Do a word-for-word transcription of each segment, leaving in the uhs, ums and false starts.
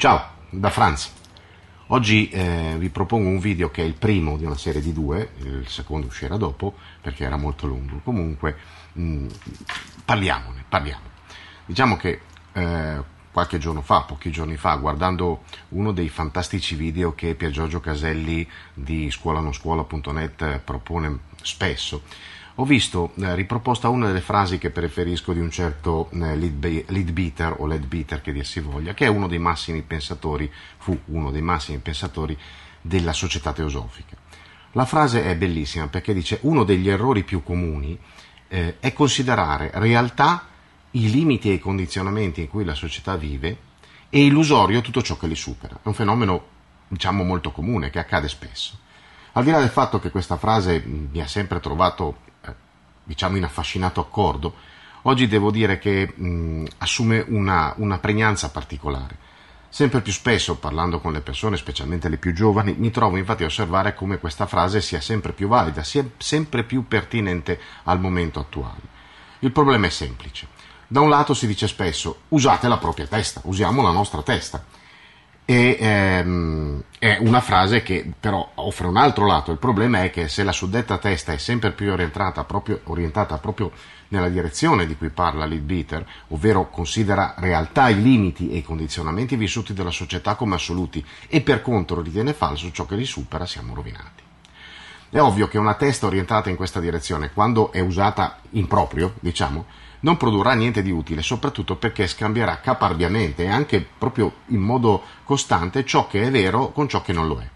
Ciao, da Franz. Oggi eh, vi propongo un video che è il primo di una serie di due, il secondo uscirà dopo perché era molto lungo. Comunque mh, parliamone, parliamo. Diciamo che eh, qualche giorno fa, pochi giorni fa, guardando uno dei fantastici video che Pier Giorgio Caselli di scuola non scuola punto net propone spesso, ho visto eh, riproposta una delle frasi che preferisco di un certo eh, Leadbeater o Leadbeater che dir si voglia, che è uno dei massimi pensatori, fu uno dei massimi pensatori della società teosofica. La frase è bellissima perché dice: uno degli errori più comuni eh, è considerare realtà i limiti e i condizionamenti in cui la società vive e illusorio tutto ciò che li supera. È un fenomeno, diciamo, molto comune, che accade spesso. Al di là del fatto che questa frase mi ha sempre trovato diciamo in affascinato accordo, oggi devo dire che mh, assume una, una pregnanza particolare. Sempre più spesso, parlando con le persone, specialmente le più giovani, mi trovo infatti a osservare come questa frase sia sempre più valida, sia sempre più pertinente al momento attuale. Il problema è semplice. Da un lato si dice spesso: usate la propria testa, usiamo la nostra testa. E ehm, è una frase che però offre un altro lato. Il problema è che se la suddetta testa è sempre più orientata proprio, orientata proprio nella direzione di cui parla Leadbeater, ovvero considera realtà i limiti e i condizionamenti vissuti dalla società come assoluti e per contro ritiene falso ciò che li supera, siamo rovinati. È ovvio che una testa orientata in questa direzione, quando è usata in proprio, diciamo, non produrrà niente di utile, soprattutto perché scambierà caparbiamente e anche proprio in modo costante ciò che è vero con ciò che non lo è.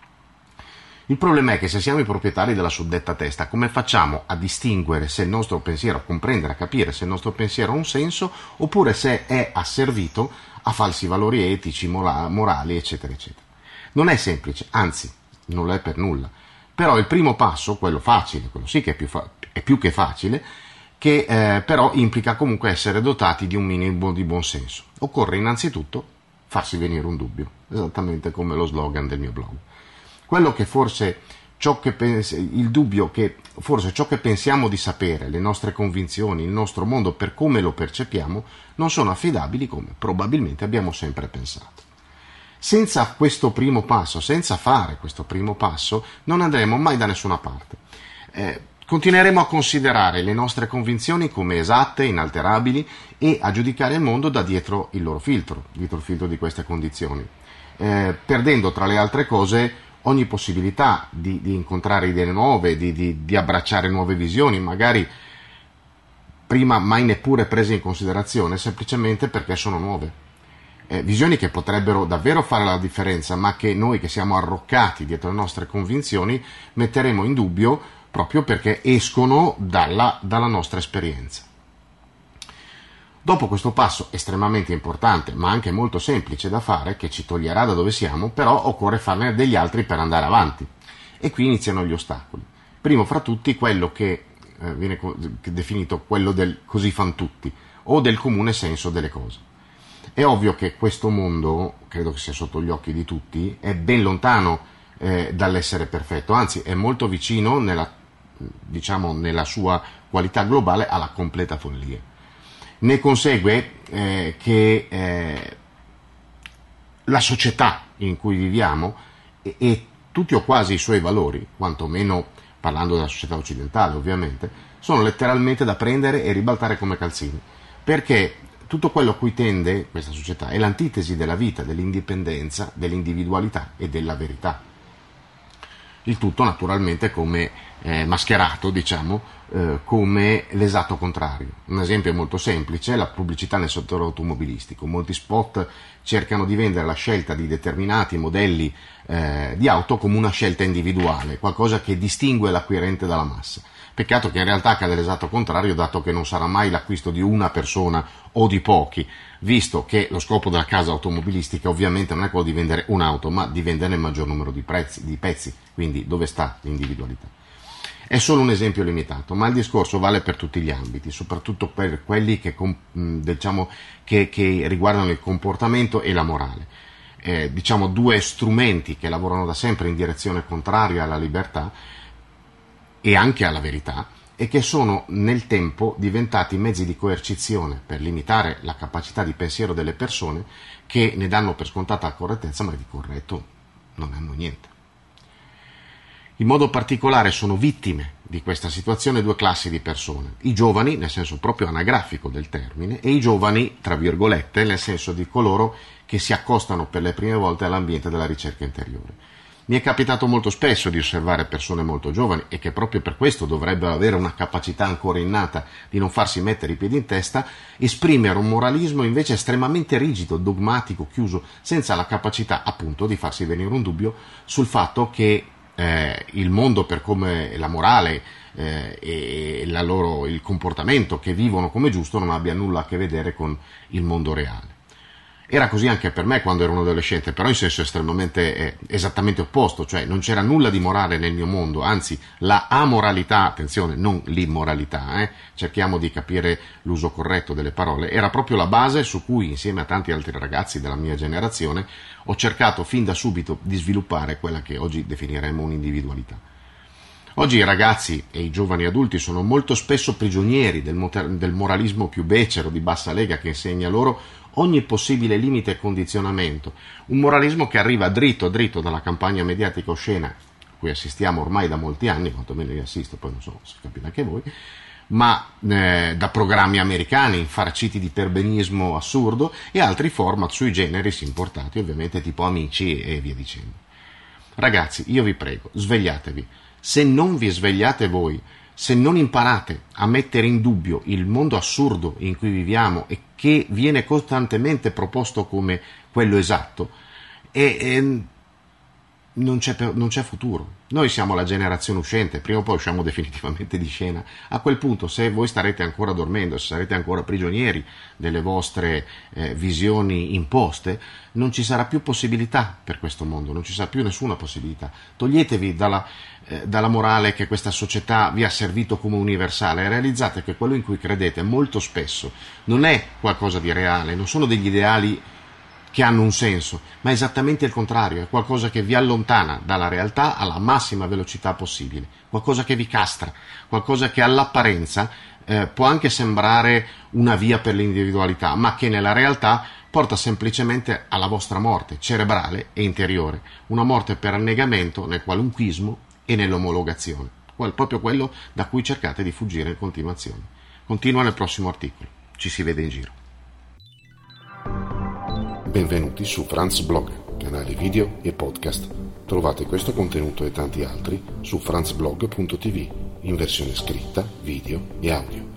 Il problema è che se siamo i proprietari della suddetta testa, come facciamo a distinguere se il nostro pensiero, a comprendere, a capire se il nostro pensiero ha un senso oppure se è asservito a falsi valori etici, morali, eccetera, eccetera? Non è semplice, anzi, non lo è per nulla. Però il primo passo, quello facile, quello sì che è più, fa- è più che facile, che eh, però implica comunque essere dotati di un minimo di buonsenso. Occorre innanzitutto farsi venire un dubbio, esattamente come lo slogan del mio blog. Quello che forse ciò che pens- il dubbio che forse ciò che pensiamo di sapere, le nostre convinzioni, il nostro mondo per come lo percepiamo, non sono affidabili come probabilmente abbiamo sempre pensato. Senza questo primo passo, senza fare questo primo passo, non andremo mai da nessuna parte. Eh, Continueremo a considerare le nostre convinzioni come esatte, inalterabili e a giudicare il mondo da dietro il loro filtro, dietro il filtro di queste condizioni, eh, perdendo tra le altre cose ogni possibilità di, di incontrare idee nuove, di, di, di abbracciare nuove visioni, magari prima mai neppure prese in considerazione, semplicemente perché sono nuove. Eh, visioni che potrebbero davvero fare la differenza, ma che noi che siamo arroccati dietro le nostre convinzioni metteremo in dubbio proprio perché escono dalla, dalla nostra esperienza. Dopo questo passo estremamente importante, ma anche molto semplice da fare, che ci toglierà da dove siamo, però occorre farne degli altri per andare avanti. E qui iniziano gli ostacoli. Primo fra tutti quello che eh, viene co- definito quello del così fan tutti, o del comune senso delle cose. È ovvio che questo mondo, credo che sia sotto gli occhi di tutti, è ben lontano eh, dall'essere perfetto, anzi è molto vicino nella diciamo nella sua qualità globale alla completa follia. Ne consegue eh, che eh, la società in cui viviamo e, e tutti o quasi i suoi valori, quantomeno parlando della società occidentale ovviamente, sono letteralmente da prendere e ribaltare come calzini, perché tutto quello a cui tende questa società è l'antitesi della vita, dell'indipendenza, dell'individualità e della verità. Il tutto naturalmente come eh, mascherato, diciamo, eh, come l'esatto contrario. Un esempio è molto semplice: la pubblicità nel settore automobilistico. Molti spot cercano di vendere la scelta di determinati modelli eh, di auto come una scelta individuale, qualcosa che distingue l'acquirente dalla massa. Peccato che in realtà accade l'esatto contrario, dato che non sarà mai l'acquisto di una persona o di pochi, visto che lo scopo della casa automobilistica ovviamente non è quello di vendere un'auto, ma di vendere il maggior numero di, prezzi, di pezzi, quindi dove sta l'individualità. È solo un esempio limitato, ma il discorso vale per tutti gli ambiti, soprattutto per quelli che, diciamo, che, che riguardano il comportamento e la morale. Eh, diciamo due strumenti che lavorano da sempre in direzione contraria alla libertà e anche alla verità, e che sono nel tempo diventati mezzi di coercizione per limitare la capacità di pensiero delle persone, che ne danno per scontata la correttezza, ma di corretto non hanno niente. In modo particolare sono vittime di questa situazione due classi di persone: i giovani, nel senso proprio anagrafico del termine, e i giovani, tra virgolette, nel senso di coloro che si accostano per le prime volte all'ambiente della ricerca interiore. Mi è capitato molto spesso di osservare persone molto giovani, e che proprio per questo dovrebbero avere una capacità ancora innata di non farsi mettere i piedi in testa, esprimere un moralismo invece estremamente rigido, dogmatico, chiuso, senza la capacità appunto di farsi venire un dubbio sul fatto che eh, il mondo, per come la morale eh, e la loro, il comportamento che vivono come giusto, non abbia nulla a che vedere con il mondo reale. Era così anche per me quando ero un adolescente, però in senso estremamente eh, esattamente opposto, cioè non c'era nulla di morale nel mio mondo, anzi la amoralità, attenzione, non l'immoralità, eh, cerchiamo di capire l'uso corretto delle parole, era proprio la base su cui, insieme a tanti altri ragazzi della mia generazione, ho cercato fin da subito di sviluppare quella che oggi definiremo un'individualità. Oggi i ragazzi e i giovani adulti sono molto spesso prigionieri del, moter- del moralismo più becero, di bassa lega, che insegna loro ogni possibile limite e condizionamento, un moralismo che arriva dritto dritto dalla campagna mediatica oscena a cui assistiamo ormai da molti anni, quantomeno io assisto, poi non so se capite anche voi, ma eh, da programmi americani infarciti di perbenismo assurdo e altri format sui generis importati, ovviamente tipo Amici e via dicendo. Ragazzi, io vi prego, svegliatevi. Se non vi svegliate voi, se non imparate a mettere in dubbio il mondo assurdo in cui viviamo e che viene costantemente proposto come quello esatto, e, e non c'è, non c'è futuro. Noi siamo la generazione uscente, prima o poi usciamo definitivamente di scena. A quel punto, se voi starete ancora dormendo, se sarete ancora prigionieri delle vostre eh, visioni imposte, non ci sarà più possibilità per questo mondo, non ci sarà più nessuna possibilità. Toglietevi dalla, eh, dalla morale che questa società vi ha servito come universale e realizzate che quello in cui credete molto spesso non è qualcosa di reale, non sono degli ideali che hanno un senso, ma è esattamente il contrario, è qualcosa che vi allontana dalla realtà alla massima velocità possibile, qualcosa che vi castra, qualcosa che all'apparenza eh, può anche sembrare una via per l'individualità, ma che nella realtà porta semplicemente alla vostra morte cerebrale e interiore, una morte per annegamento nel qualunquismo e nell'omologazione, qual, proprio quello da cui cercate di fuggire in continuazione. Continua nel prossimo articolo, ci si vede in giro. Benvenuti su Franz Blog, canale video e podcast. Trovate questo contenuto e tanti altri su franzblog punto tv in versione scritta, video e audio.